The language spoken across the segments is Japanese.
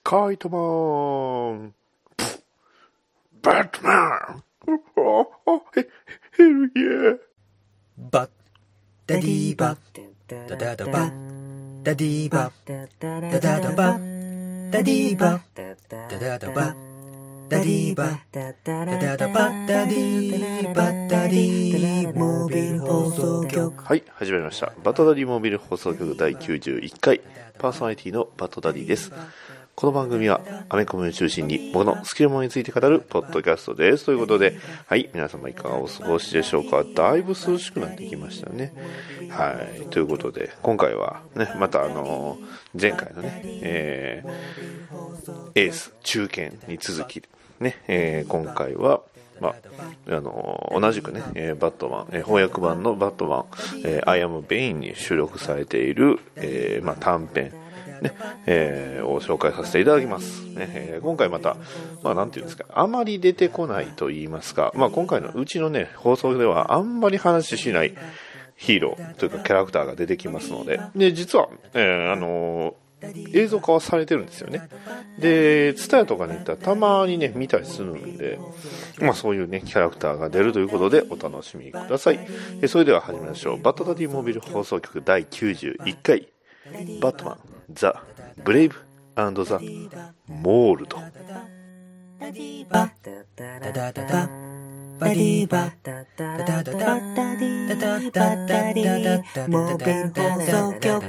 カイトマンバットマンヘルイエバッダディバッダダダバッダディバッダダダバッダディバッダダダバッダディバッダダダバッダディバッダディモビル放送局。 はい、始まりました。バットダディモビル放送局第91回パーソナリティのバットダディです。この番組はアメコミを中心に僕の好きなものについて語るポッドキャストです。ということで、はい、皆様いかがお過ごしでしょうか。だいぶ涼しくなってきましたね。はい、ということで今回はね、また前回のね、エース中堅に続きね、今回は同じくね、バットマン、翻訳版のバットマン、アイアムベインに収録されている、短編ねを紹介させていただきます、ね。今回また、なんていうんですか、あまり出てこないと言いますか、今回のうちのね放送ではあんまり話しないヒーローというかキャラクターが出てきますので、実は、映像化はされてるんですよね。で、TSUTAYAとかに行ったらたまにね見たりするんで、そういうねキャラクターが出るということでお楽しみください。それでは始めましょう。バットダディモビル放送局第91回バットマンザ・ブレイブ&ザ・モールド。 バッダダダダバディバッダダダダダダディダダダダダモビル放送局。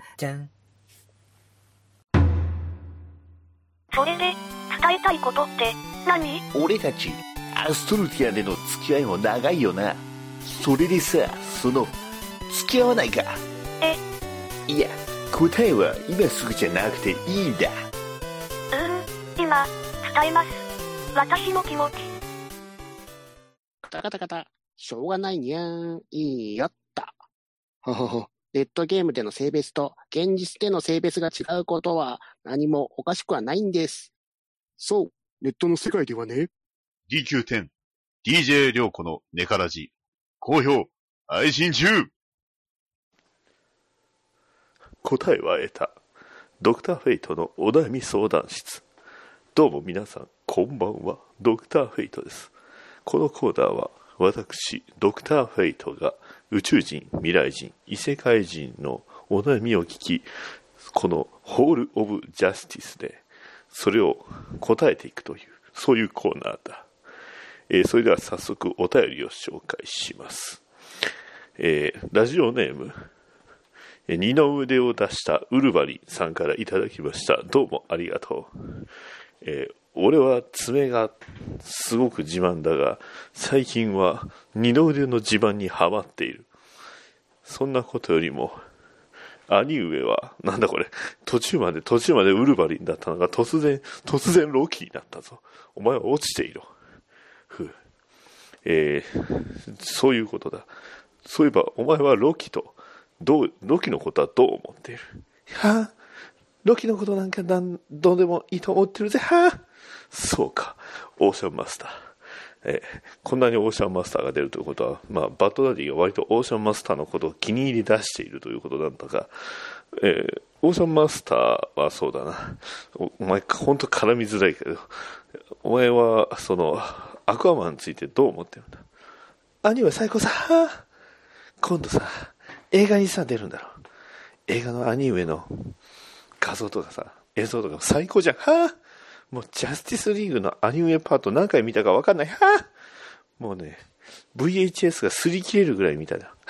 それで伝えたいことって何？ 俺たちアストルティアでの付き合いも長いよな。それでさ、付き合わないか？いや、答えは今すぐじゃなくていいんだ。 今伝えます。私の気持ち。 カタカタカタ、しょうがないにゃーん。いいよった。ほほほ。ネットゲームでの性別と現実での性別が違うことは何もおかしくはないんです。そう、ネットの世界ではね。 DQ10、DJ 涼子のネカラジ、好評、配信中。 答えは得た。ドクターフェイトのお悩み相談室。どうも皆さん、こんばんは。ドクターフェイトです。このコーナーは私、ドクターフェイトが宇宙人、未来人、異世界人のお悩みを聞き、このホール・オブ・ジャスティスでそれを答えていくという、そういうコーナーだ。それでは早速お便りを紹介します。ラジオネーム二の腕を出したウルヴァリンさんからいただきました。どうもありがとう。俺は爪がすごく自慢だが、最近は二の腕の自慢にハマっている。そんなことよりも兄上はなんだこれ、途中までウルヴァリンだったのが突然ロキになったぞ。お前は落ちていろ。そういうことだ。そういえばお前はロキのことはどう思っている？はあ、ロキのことなんかどうでもいいと思ってるぜ。はあ、そうか、オーシャンマスター。こんなにオーシャンマスターが出るということは、バッドダディが割とオーシャンマスターのことを気に入り出しているということなんだが、オーシャンマスターはそうだな。お前ほんと絡みづらいけど、お前はアクアマンについてどう思ってるんだ？兄は最高さ。今度さ、映画にさ出るんだろう。映画の兄上の画像とかさ、映像とか最高じゃん。もうジャスティスリーグのアニメパート何回見たか分かんない。もうね、VHS が擦り切れるぐらい見たな。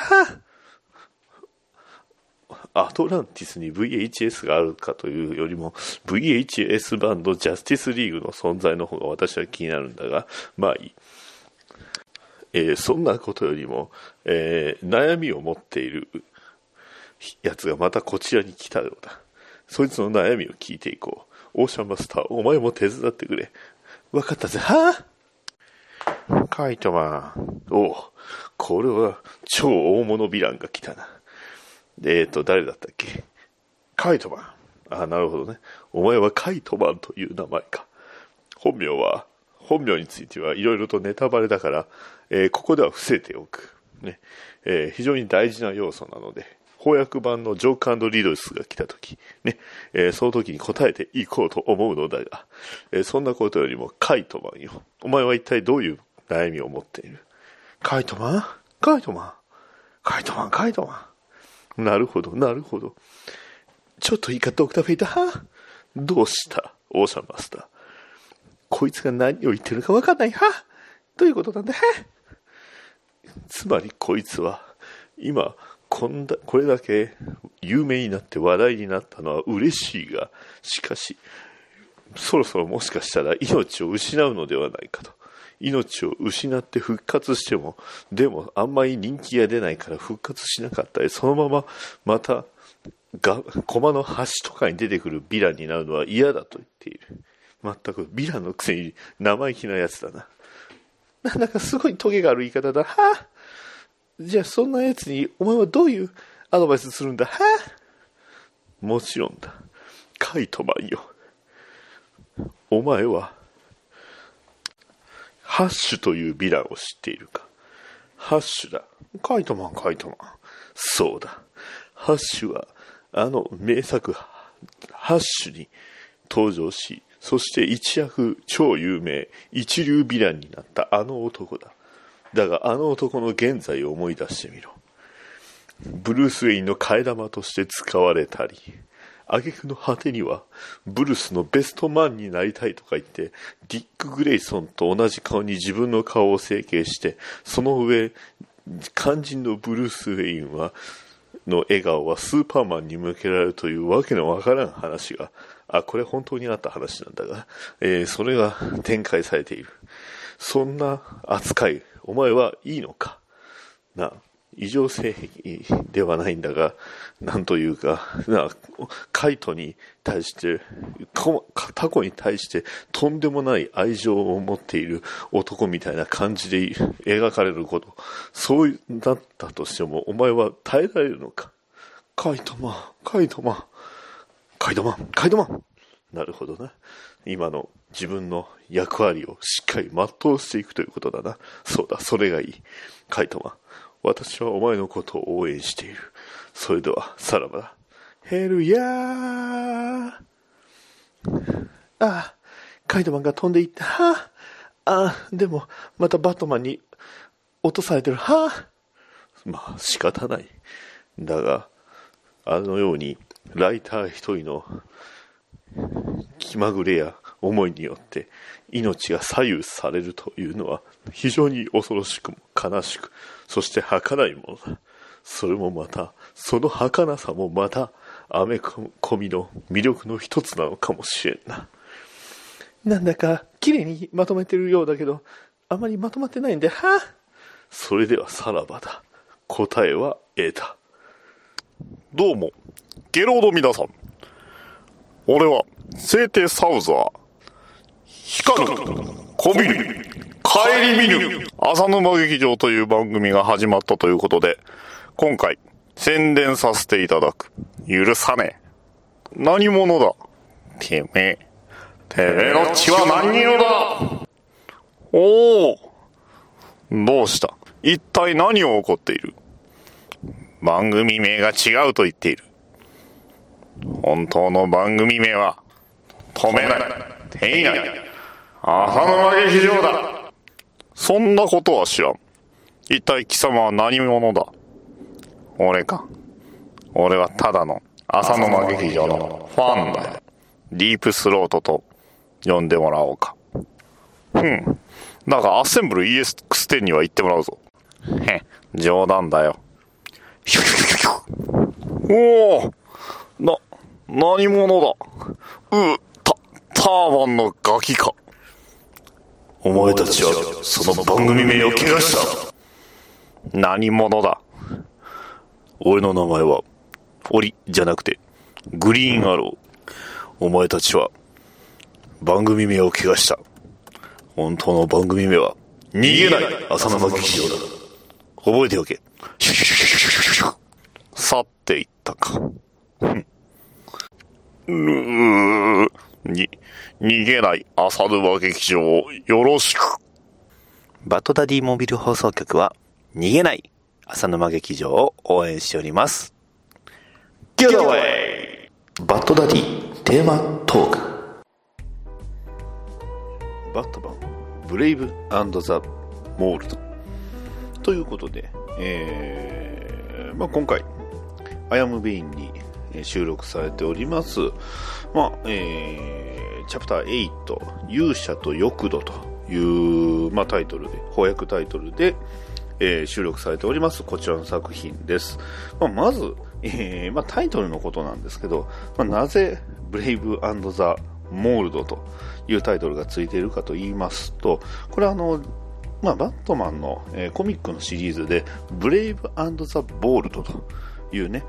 アトランティスに VHS があるかというよりも VHS 版のジャスティスリーグの存在の方が私は気になるんだが、いい。そんなことよりも、悩みを持っているやつがまたこちらに来たようだ。そいつの悩みを聞いていこう。オーシャンマスター、お前も手伝ってくれ。分かったぜ。カイトマン。これは超大物ヴィランが来たな。誰だったっけ？カイトマン。なるほどね。お前はカイトマンという名前か。本名についてはいろいろとネタバレだから、ここでは伏せておく。ね。非常に大事な要素なので、 翻訳版のジョーク&リドスが来た時、ね、その時に答えていこうと思うのだが、そんなことよりもカイトマンよ。お前は一体どういう悩みを持っている？カイトマン？カイトマン？カイトマン？カイトマン？なるほど、なるほど。ちょっといいか、ドクターフェイター。どうしたオーシャンマスター。こいつが何を言ってるか分かんない。どういうことなんだ。つまりこいつは今これだけ有名になって話題になったのは嬉しいが、しかしそろそろもしかしたら命を失うのではないかと。命を失って復活しても、でもあんまり人気が出ないから復活しなかったり、そのまままた駒の端とかに出てくるヴィランになるのは嫌だと言っている。全くヴィランのくせに生意気なやつだな。なんだかすごいトゲがある言い方だ。じゃあそんなやつにお前はどういうアドバイスするんだ。もちろんだ。カイトマンよ。お前はハッシュというヴィランを知っているか。ハッシュだ。カイトマン。そうだ。ハッシュはあの名作ハッシュに登場し、そして一躍超有名一流ヴィランになったあの男だ。だがあの男の現在を思い出してみろ。ブルース・ウェインの替え玉として使われたり、挙句の果てにはブルースのベストマンになりたいとか言ってディック・グレイソンと同じ顔に自分の顔を整形して、その上肝心のブルース・ウェインの笑顔はスーパーマンに向けられるというわけのわからん話が、これ本当にあった話なんだが、それが展開されている。そんな扱いお前はいいのかな。異常性癖ではないんだが、なんというかカイトに対してタコに対してとんでもない愛情を持っている男みたいな感じで描かれること、そうだったとしてもお前は耐えられるのか。カイトマン。なるほどな。今の自分の役割をしっかり全うしていくということだな。そうだ、それがいい。カイトマン、私はお前のことを応援している。それではさらばだ。ヘルヤー。カイトマンが飛んでいった。でもまたバットマンに落とされてる。まあ仕方ない。だがあのようにライター一人の気まぐれや思いによって命が左右されるというのは非常に恐ろしくも悲しく、そして儚いものだ。それもまたその儚さもまたアメコミの魅力の一つなのかもしれんな。なんだか綺麗にまとめてるようだけど、あまりまとまってないんで。それではさらばだ。答えは得た。 どうもゲロード皆さん、俺は聖帝サウザー光るこびる帰り見ぬ浅沼劇場という番組が始まったということで、今回宣伝させていただく。許さねえ。何者だてめえの血は何色だ。おお、どうした。一体何を起こっている。番組名が違うと言っている。本当の番組名は止めないていない浅沼劇場だ。そんなことは知らん。一体貴様は何者だ。俺か。俺はただの浅沼劇場のファンだよ。ディープスロートと呼んでもらおうか。だがアッセンブル EX10 には行ってもらうぞ。冗談だよ。おお、何者だ。ターバンのガキか。 お前たちはその番組名を怪我した。 何者だ。 俺の名前はオリじゃなくてグリーンアロー。お前たちは番組名を怪我した。本当の番組名は逃げない浅沼劇場だ。覚えておけ。 去っていったか。逃げない浅沼劇場をよろしく。 バトダディモビル放送局は逃げない浅沼劇場を応援しております。 Get away! バッドダディテーマトーク。バットマンブレイブ&ザ・モールドということで、今回アヤムベインに収録されております、チャプター8勇者と欲度という、タイトルで翻訳タイトルで、収録されておりますこちらの作品です。まず、タイトルのことなんですけど、なぜブレイブ&ザ・モールドというタイトルがついているかと言いますと、これはバットマンの、コミックのシリーズでブレイブ&ザ・ボールドというね、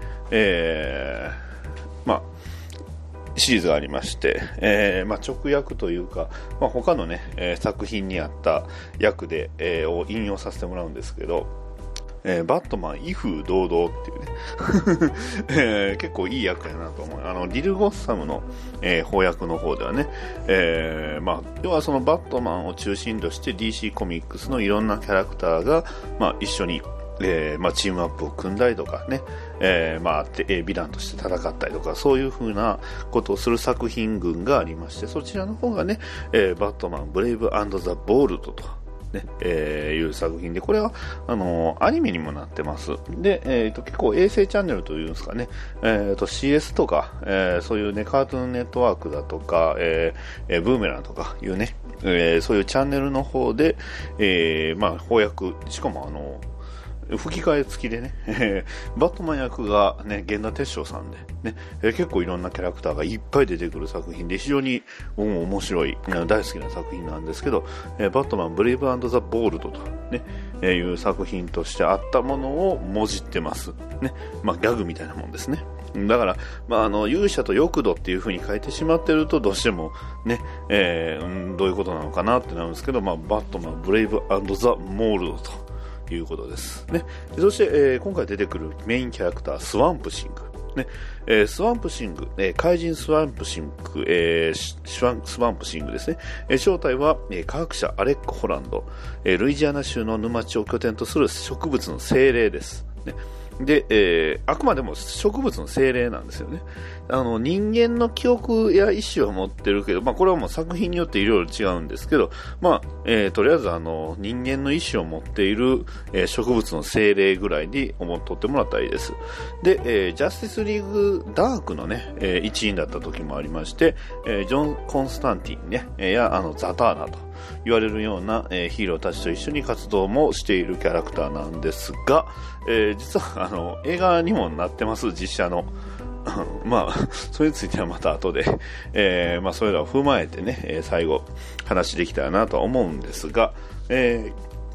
シリーズがありまして、直訳というか、他のね、作品にあった訳で、を引用させてもらうんですけど、バットマン威風堂々っていうね、結構いい役やなと思う。リル・ゴッサムの、翻訳の方ではね、要はそのバットマンを中心として DC コミックスのいろんなキャラクターが、一緒にチームアップを組んだりとかね、ヴィランとして戦ったりとか、そういう風なことをする作品群がありまして、そちらの方がね、バットマンブレイブ&ザ・ボールドとね、いう作品で、これはアニメにもなってます。で、結構衛星チャンネルというんですかね、CS とか、そういうねカートゥーンネットワークだとか、ブーメランとかいうね、そういうチャンネルの方で、翻訳、しかも吹き替え付きでね、バットマン役がね、源田鉄章さんでね、結構いろんなキャラクターがいっぱい出てくる作品で、非常に面白い、大好きな作品なんですけど、バットマンブレイブ&ザ・ボールドとね、いう作品としてあったものをもじってますね。ギャグみたいなもんですね。だから、勇者と欲度っていう風に書いてしまってると、どうしてもね、どういうことなのかなってなるんですけど、バットマンブレイブ&ザ・モールドということですね。そして、今回出てくるメインキャラクタースワンプシング、ね、スワンプシング、怪人スワンプシング、スワンプシングですね。正体は、科学者アレック・ホランド、ルイジアナ州の沼地を拠点とする植物の精霊です、ね。で、あくまでも植物の精霊なんですよね。人間の記憶や意思は持ってるけど、これはもう作品によっていろいろ違うんですけど、とりあえず人間の意思を持っている、植物の精霊ぐらいに思っとってもらったらいいです。で、ジャスティスリーグダークのね、一員だった時もありまして、ジョン・コンスタンティンね、やザ・ターナーと言われるような、ヒーローたちと一緒に活動もしているキャラクターなんですが、実は映画にもなってます、実写の。それについてはまた後で、それらを踏まえてね、最後話できたらなとは思うんですが、バッ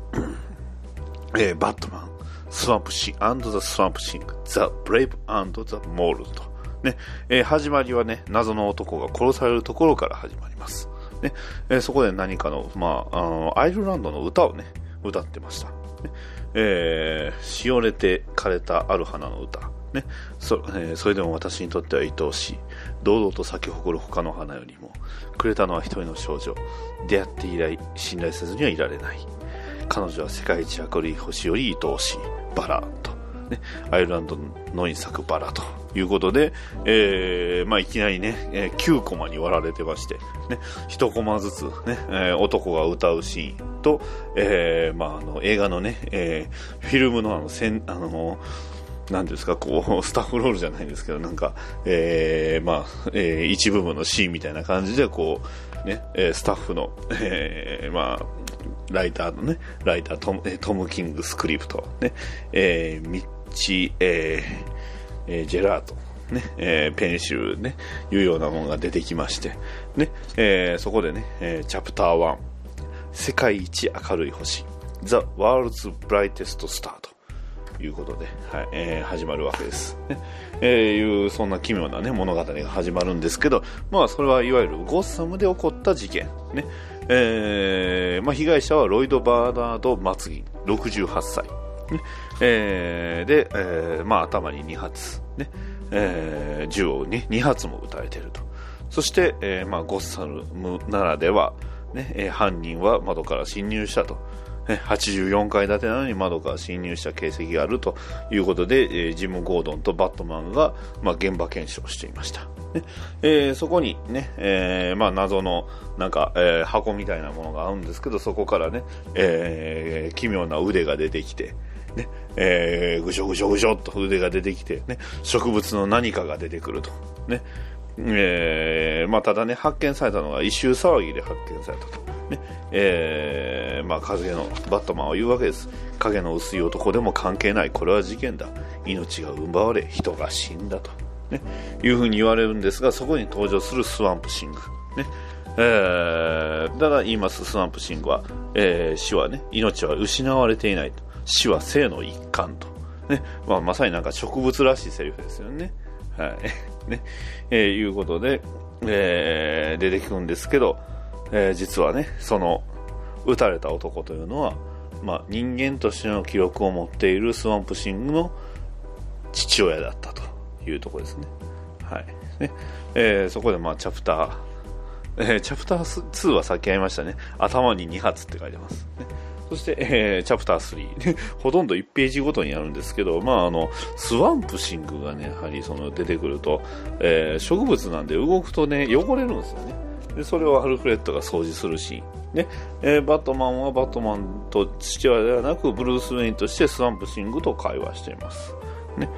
トマンスワンプシング&ザ・スワンプシングザ・ブレイブ&ザ・モールドと、ね、始まりはね、謎の男が殺されるところから始まります、ね。そこで何かの、アイルランドの歌をね歌ってました、ね。しおれて枯れたある花の歌ね、それでも私にとっては愛おしい、堂々と咲き誇る他の花よりも、くれたのは一人の少女、出会って以来信頼せずにはいられない、彼女は世界一明るい星より愛おしい、バラと、ね、アイルランドのに咲くバラということで、いきなりね、9コマに割られてまして、ね、1コマずつ、ね、男が歌うシーンと、映画のね、フィルムのなんですか、スタッフロールじゃないんですけど、一部分のシーンみたいな感じで、スタッフの、ライタートム・キングスクリプト、ね、ミッチ、ジェラート、ね、ペンシルね、いうようなものが出てきまして、ね、そこでね、チャプター1、世界一明るい星、The World's Brightest Star ということで、始まるわけです、ね。そんな奇妙な、ね、物語が始まるんですけど、それはいわゆるゴッサムで起こった事件、ね。被害者はロイド・バーナード・マツギン68歳、ね。で、頭に2発、ね、銃を、ね、2発も撃たれていると。そして、ゴッサムならでは、ね、犯人は窓から侵入したと。 84階建てなのに窓から侵入した形跡があるということで、ジム・ゴードンとバットマンが、現場検証していました。そこにね、謎のなんか、箱みたいなものがあるんですけど、そこからね、奇妙な腕が出てきて、ね、ぐしょぐしょぐしょっと腕が出てきて、ね、植物の何かが出てくると。ね、ただね、発見されたのが異臭騒ぎで発見されたと。ね、影のバットマンは言うわけです。影の薄い男でも関係ない。これは事件だ。命が奪われ、人が死んだと。ね、いうふうに言われるんですが、そこに登場するスワンプシング。ね、ただ言います、スワンプシングは、死はね、命は失われていないと。死は生の一環と。ね、まさになんか植物らしいセリフですよね。はい。ね、いうことで、出てくるんですけど、実はね、その、撃たれた男というのは、人間としての記録を持っているスワンプシングの父親だったというところですね。はい。ね、そこでチャプター2はさっき言いましたね。頭に2発って書いてます。ね、そして、チャプター3、ほとんど1ページごとにあるんですけど、スワンプシングがね、やはり出てくると、植物なんで動くとね、汚れるんですよね。で、それをアルフレッドが掃除するシーン。ね、バットマンはバットマンと父親ではなく、ブルース・ウェインとしてスワンプシングと会話しています。ね、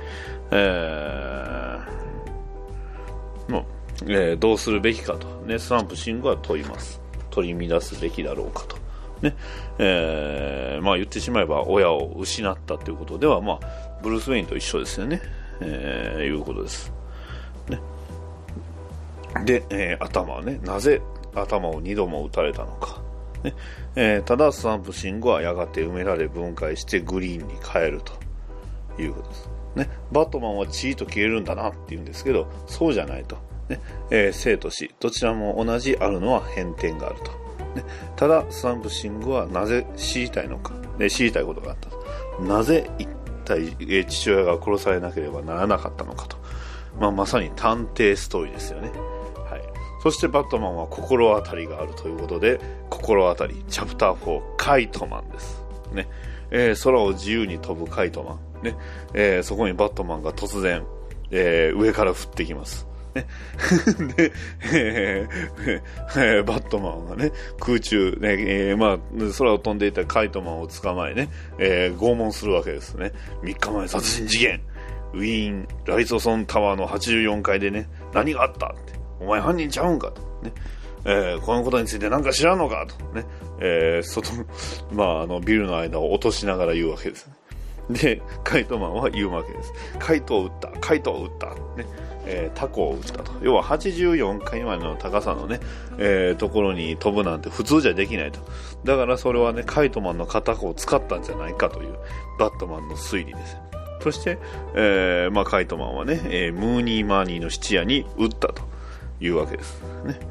どうするべきかと、ね、スワンプシングは問います。取り乱すべきだろうかと。ね、言ってしまえば親を失ったということでは、ブルース・ウェインと一緒ですよね。いうことです。ね、で、頭はね、なぜ頭を2度も撃たれたのか。ね、ただスワンプシングはやがて埋められ分解してグリーンに変えるということです。ね、バットマンは血と消えるんだなって言うんですけど、そうじゃないと。ね、生と死、どちらも同じあるのは変転があると。ね、ただスワンプシングはなぜ知りたいのか、知りたいことがあったと。なぜ一体、父親が殺されなければならなかったのかと。まさに探偵ストーリーですよね。はい。そしてバットマンは心当たりがあるということで、心当たりチャプター4カイトマンです。ね、空を自由に飛ぶカイトマン。ね、そこにバットマンが突然、上から降ってきます。ね、で、バットマンがね、空中、ね、空を飛んでいたカイトマンを捕まえね、拷問するわけですね。3日前殺人事件、ウィーン・ライソソンタワーの84階でね、何があったって、お前犯人ちゃうんかと。ね、このことについて何か知らんのかと。ね、ビルの間を落としながら言うわけですね。で、カイトマンは言うわけです。カイトを撃った、カイトを撃った。ね、タコを撃ったと。要は84階までの高さのね、ところに飛ぶなんて普通じゃできないと。だからそれはね、カイトマンの片方を使ったんじゃないかというバットマンの推理です。そして、カイトマンはね、ムーニーマーニーの質屋に撃ったというわけですね。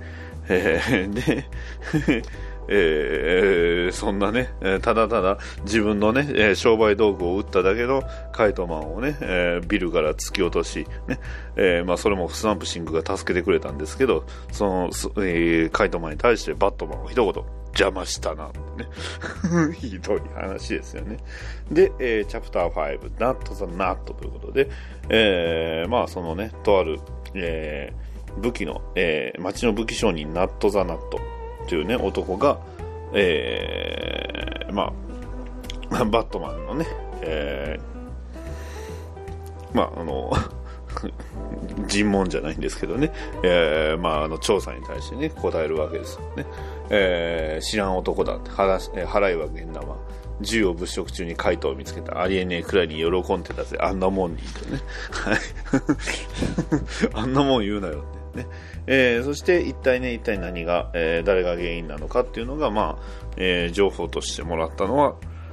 で、そんなね、ただただ自分のね、商売道具を撃っただけのカイトマンをね、ビルから突き落とし、ね、それもスワンプシングが助けてくれたんですけど、その、カイトマンに対してバットマンは一言、邪魔したなってね。ひどい話ですよね。で、チャプター5、Not the Nut ということで、そのね、とある、武器の、町の武器商人、ナット・ザ・ナットというね、男が、バットマンのね、尋問じゃないんですけどね、調査に対してね、答えるわけですよね。知らん男だって、払いは現玉。銃を物色中にカイトを見つけた。ありえねえくらいに喜んでたぜ。あんなもんにってね。はい。あんなもん言うなよってね。そして一体何が、誰が原因なのかっていうのが、情報としてもらったのは、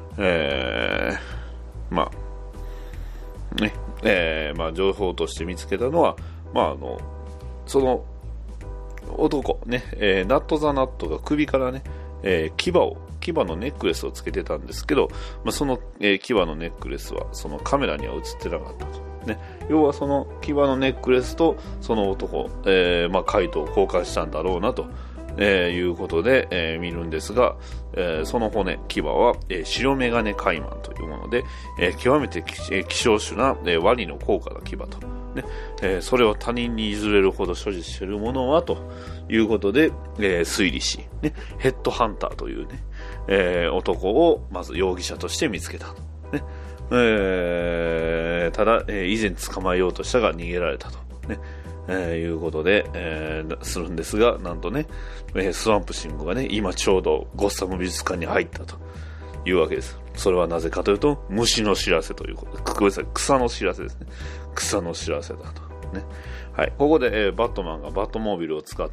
情報として見つけたのは、その男ね、ナット・ザ・ナットが首からね、牙のネックレスをつけてたんですけど、その、牙のネックレスはそのカメラには映ってなかったと、ね、要はその牙のネックレスとその男、カイトを交換したんだろうなということで、見るんですが、その骨、牙は、白メガネカイマンというもので、極めて希少種な、ワニの高価な牙と、ね、それを他人に譲れるほど所持しているものはということで、推理し、ね、ヘッドハンターというね、男をまず容疑者として見つけた。ね、ただ、以前捕まえようとしたが逃げられたと、ね、いうことで、するんですが、なんとね、スワンプシングがね、今ちょうどゴッサム美術館に入ったというわけです。それはなぜかというと、虫の知らせということで、ごめんなさい、草の知らせですね。草の知らせだと。ね。はい。ここで、バットマンがバットモービルを使って、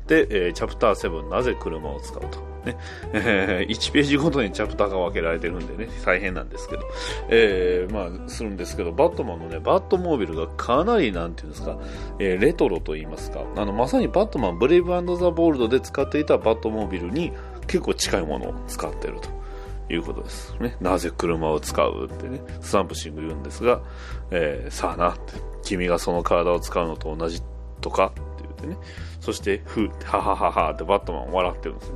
チャプター7、なぜ車を使うと。ね。1ページごとにチャプターが分けられてるんでね、大変なんですけど、まあ、するんですけど、バットマンのね、バットモービルがかなり、なんていうんですか、レトロと言いますか、まさにバットマン、ブレイブ&ザ・ボールドで使っていたバットモービルに結構近いものを使っているということですね。なぜ車を使うってね、スワンプシング言うんですが、さあなって、君がその体を使うのと同じとかって言ってね、そして、ははははってバットマン笑ってるんですよ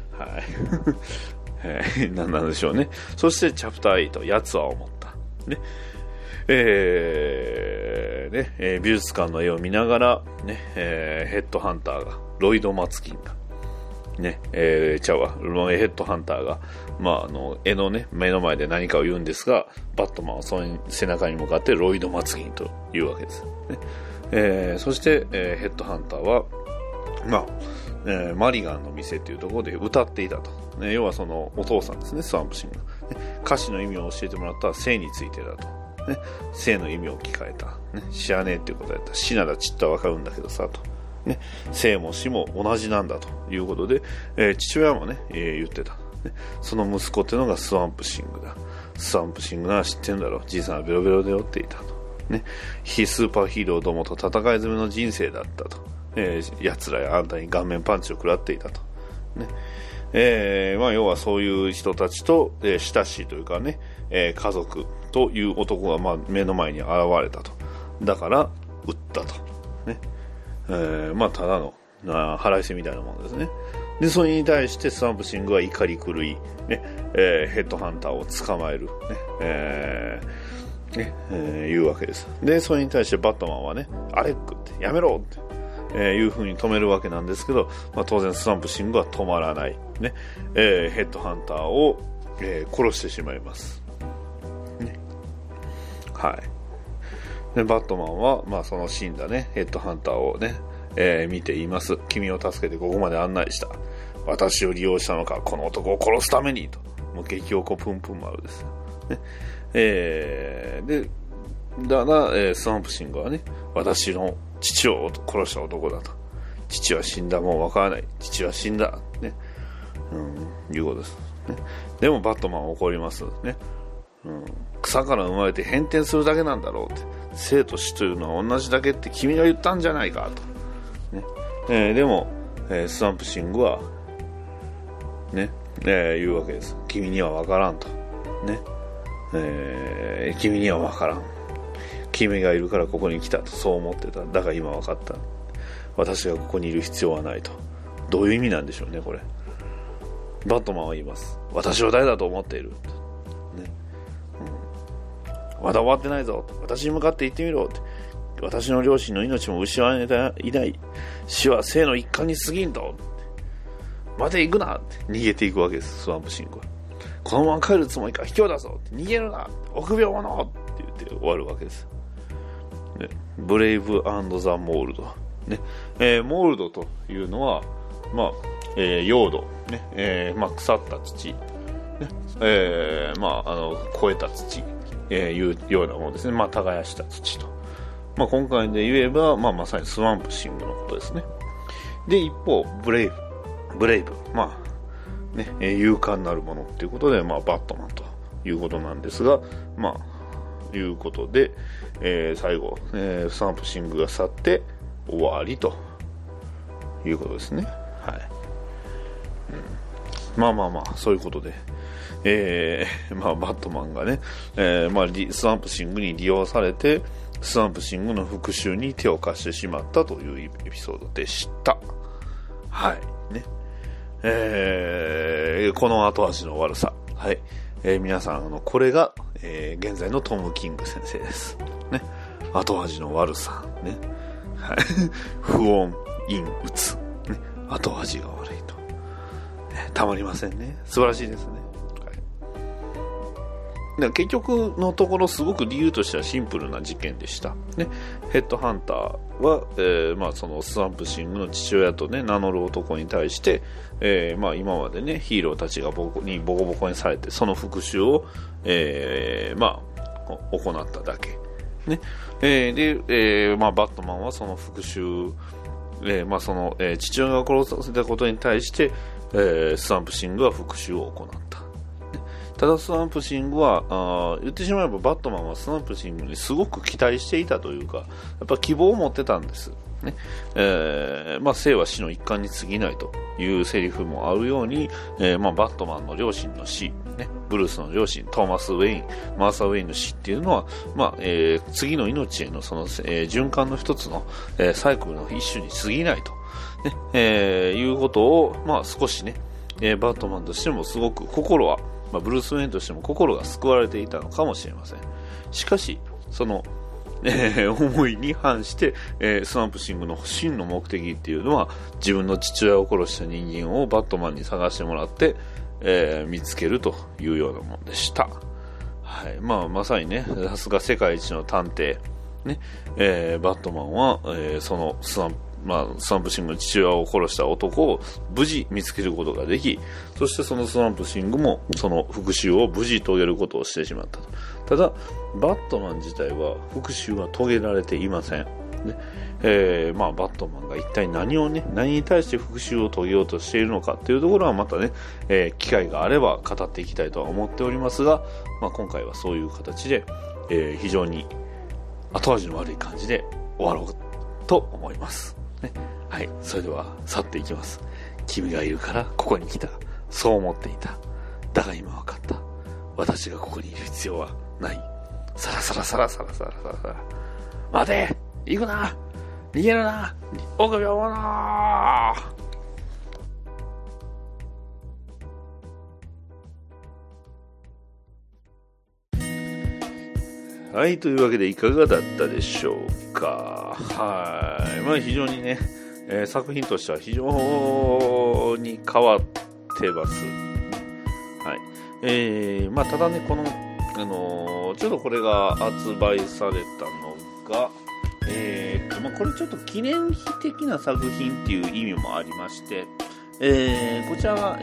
ね。はい。なんでしょうね。そして、チャプター8、奴は思った。ね。美術館の絵を見ながら、ね、ヘッドハンターが、ロイド・マツキンが、ね、ヘッドハンターが、絵のね、目の前で何かを言うんですが、バットマンはその背中に向かってロイド・マツキンというわけです。ね。そして、ヘッドハンターは、マリガンの店というところで歌っていたと。ね、要はそのお父さんですね、スワンプシング、ね。歌詞の意味を教えてもらった性についてだと。ね、性の意味を聞かれた。ね、知らねえっていうことだった。死ならちっとはわかるんだけどさ、と。ね、生も死も同じなんだということで、父親もね、言ってた、ね。その息子っていうのがスワンプシングだ。スワンプシングなら知ってんだろう。じいさんはベロベロで酔っていたと。ね、スーパーヒーローどもと戦い詰めの人生だったと。奴らやあんたに顔面パンチを食らっていたと。ね。要はそういう人たちと、親しいというかね、家族という男が目の前に現れたと。だから、撃ったと。ね。ただの腹いせみたいなものですね。で、それに対してスワンプシングは怒り狂い、ね、ヘッドハンターを捕まえる、ね、いうわけです。で、それに対してバットマンはね、アレックってやめろって、いう風に止めるわけなんですけど、当然スワンプシングは止まらない、ね、ヘッドハンターを、殺してしまいます。ね、はい。でバットマンは、その死んだね、ヘッドハンターをね、見ています。君を助けてここまで案内した。私を利用したのか、この男を殺すためにと。もう激おこプンプン丸ですよ。ね。で、だから、スワンプシングはね、私の父を殺した男だと。父は死んだ、もうわからない。父は死んだ。ね。いうことです。ね。でもバットマンは怒ります。ね。草から生まれて変転するだけなんだろうって。生と死というのは同じだけって君が言ったんじゃないかと。ね。でも、スワンプシングは、ね、言うわけです。君にはわからんと。ね。君にはわからん。君がいるからここに来たと、そう思ってた。だから今わかった。私がここにいる必要はないと。どういう意味なんでしょうね、これ。バットマンは言います。私を誰だと思っている。ね。まだ終わってないぞ。私に向かって言ってみろって。私の両親の命も失われていない。死は生の一環に過ぎんと。待て行くなって逃げていくわけです、スワンプシングは。このまま帰るつもりか、卑怯だぞって逃げるな臆病者って言って終わるわけです。ね、ブレイブ&ザ・モールド。ね、モールドというのは、用土、ね、腐った土、ね、肥えた土、いうようなものですね。耕した土と。今回で言えば、まさにスワンプシングのことですね。で、一方、ブレイブ。ね、勇敢なるものっていうことで、バットマンということなんですが、いうことで、最後、スワンプシングが去って終わりということですね。はい。そういうことで、バットマンがね、スワンプシングに利用されて、スワンプシングの復讐に手を貸してしまったというエピソードでした。はい。ね。 この後味の悪さ。はい。皆さん、これが、現在のトム・キング先生です。ね。後味の悪さ。ね。はい。不穏、陰、鬱。ね。後味が悪いと。ね、たまりませんね。素晴らしいですね。結局のところすごく理由としてはシンプルな事件でした、ね、ヘッドハンターは、そのスワンプシングの父親と、ね、名乗る男に対して、今まで、ね、ヒーローたちがボコボコにされてその復讐を、行っただけ、ねでバットマンはその復讐、その父親が殺させたことに対して、スワンプシングは復讐を行った。ただスワンプシングは言ってしまえばバットマンはスワンプシングにすごく期待していたというか、やっぱ希望を持ってたんです、ね生は死の一環に過ぎないというセリフもあるように、バットマンの両親の死、ね、ブルースの両親トーマス・ウェイン、マーサ・ウェインの死っていうのは、次の命へのその、循環の一つの、サイクルの一種に過ぎないと、いうことを、少しね、バットマンとしてもすごく心はブルース・ウェインとしても心が救われていたのかもしれません。しかしその、思いに反して、スワンプシングの真の目的っていうのは自分の父親を殺した人間をバットマンに探してもらって、見つけるというようなものでした、はい。まさにね、さすが世界一の探偵、ねバットマンは、そのスワンプシングの父親を殺した男を無事見つけることができ、そしてそのスワンプシングもその復讐を無事遂げることをしてしまったと。ただバットマン自体は復讐は遂げられていません、ねバットマンが一体何に対して復讐を遂げようとしているのかというところはまたね、機会があれば語っていきたいとは思っておりますが、今回はそういう形で、非常に後味の悪い感じで終わろうと思います。はい、それでは去っていきます。君がいるからここに来た。そう思っていた。だが今分かった。私がここにいる必要はない。さらさらさらさらさらさらさら。待て！行くな！逃げるな！臆病者！はい、というわけでいかがだったでしょうか。はい。非常にね、作品としては非常に変わってます。はい。ただね、この、ちょっとこれが発売されたのが、これちょっと記念碑的な作品っていう意味もありまして、こちらが、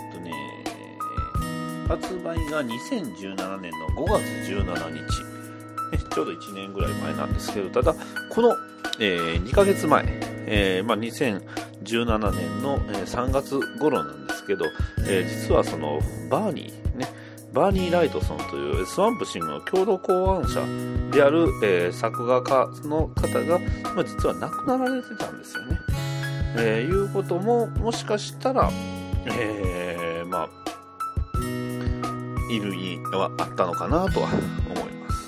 発売が2017年の5月17日。ちょうど1年ぐらい前なんですけど、ただこの、2ヶ月前、2017年の3月頃なんですけど、実はそのバーニー・ライトソンというスワンプシングの共同考案者である、作画家の方が、実は亡くなられてたんですよね。いうことももしかしたら、意味はあったのかなとは思います。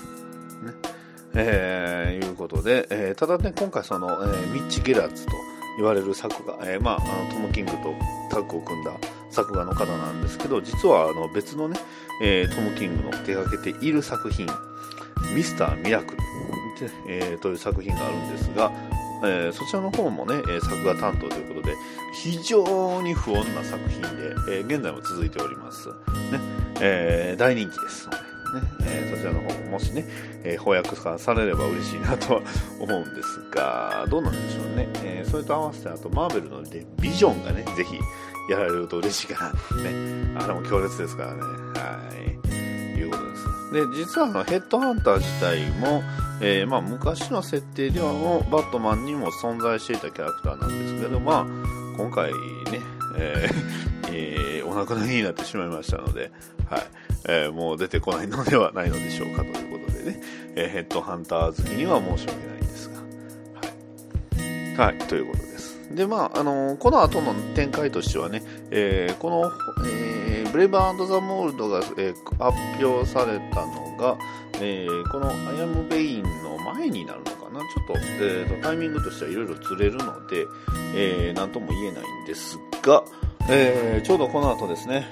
いうことで、ただね、今回その、ミッチ・ゲラッツと言われる作画、トム・キングとタッグを組んだ作画の方なんですけど、実は別のね、トム・キングの手掛けている作品、ミスター・ミラクル、という作品があるんですが、そちらの方もね、作画担当ということで、非常に不穏な作品で、現在も続いております。ね、大人気ですので。そちらの方ももしね、翻訳化されれば嬉しいなとは思うんですが、どうなんでしょうね。それと合わせてあとマーベルの、ね、ビジョンがね、ぜひやられると嬉しいかなってね。あれも強烈ですからね。はい。いうことです。で、実はヘッドハンター自体も、昔の設定ではもうバットマンにも存在していたキャラクターなんですけど、今回ね、お亡くなりになってしまいましたので、はい。もう出てこないのではないのでしょうかということでね、ヘッドハンター好きには申し訳ないんですが、はい。はい、ということです。で、この後の展開としてはね、この、ブレイブ&ザ・モールドが、発表されたのが、このアイアム・ベインの前になるのかな、ちょっと、タイミングとしてはいろいろずれるので、なんとも言えないんですが、 ちょうどこの後ですね、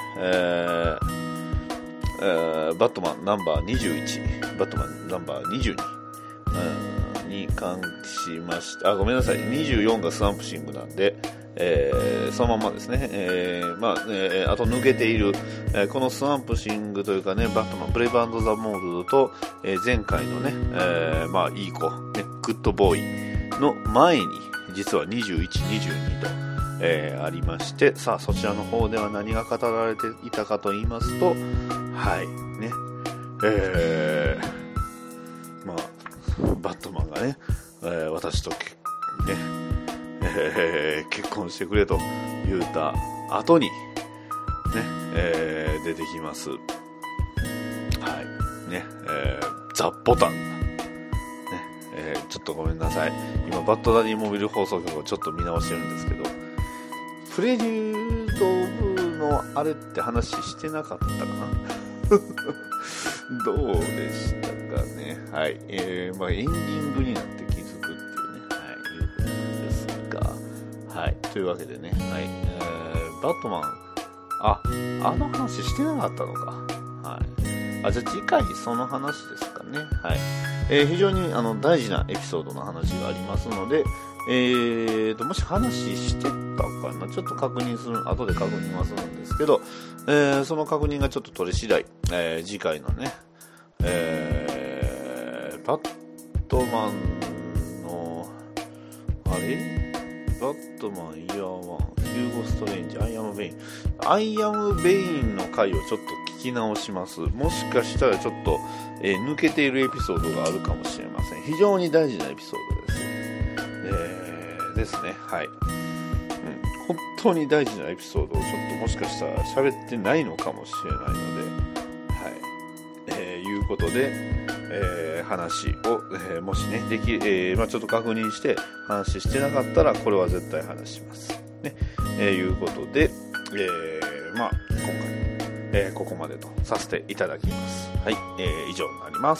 バットマンナンバー21、バットマンナンバー22、に関しまして、ごめんなさい、24がスワンプシングなんで、そのままですね、あと抜けている、このスワンプシングというかね、バットマンブレイブ&ザ・モールドと、前回のね、いい子、ね、グッドボーイの前に実は21、22と、ありまして、さあそちらの方では何が語られていたかと言いますと、はいね、バットマンがね、私とね、結婚してくれと言うた後にね、出てきます。はいね、ザ・ボタンね、ちょっとごめんなさい。今バッドダディモビル放送局をちょっと見直してるんですけど、プレリュードのあれって話してなかったかなどうでしたかね。はい、エンディングになって気づくっていうね、いうことですが、はい、というわけでね、はい、バットマン、あの話してなかったのか。はい。じゃあ次回その話ですかね。はい。非常に大事なエピソードの話がありますので、もし話してたかな、ちょっと確認する、後で確認はするんですけど、その確認がちょっと取れ次第、次回のね、バットマンの、バットマンイヤー1、ヒューゴ・ストレンジ、アイアム・ベイン。アイアム・ベインの回をちょっと聞き直します。もしかしたらちょっと、抜けているエピソードがあるかもしれません。非常に大事なエピソードです。ですね。はい。本当に大事なエピソードをちょっともしかしたら喋ってないのかもしれないので、はい。いうことで、話を、もしね、ちょっと確認して話してなかったら、これは絶対話します。ね。いうことで、今回、ここまでとさせていただきます。はい。以上になります。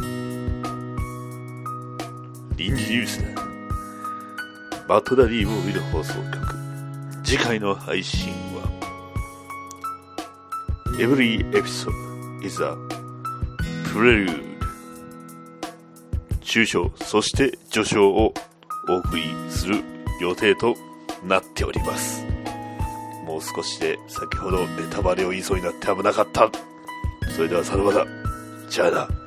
臨時ニュースだ。バトダディモビル放送局。次回の配信は、Every episode is a prelude。中章、そして序章をお送りする予定となっております。もう少しで先ほどネタバレを言いそうになって危なかった。それではさらばだ。じゃあな。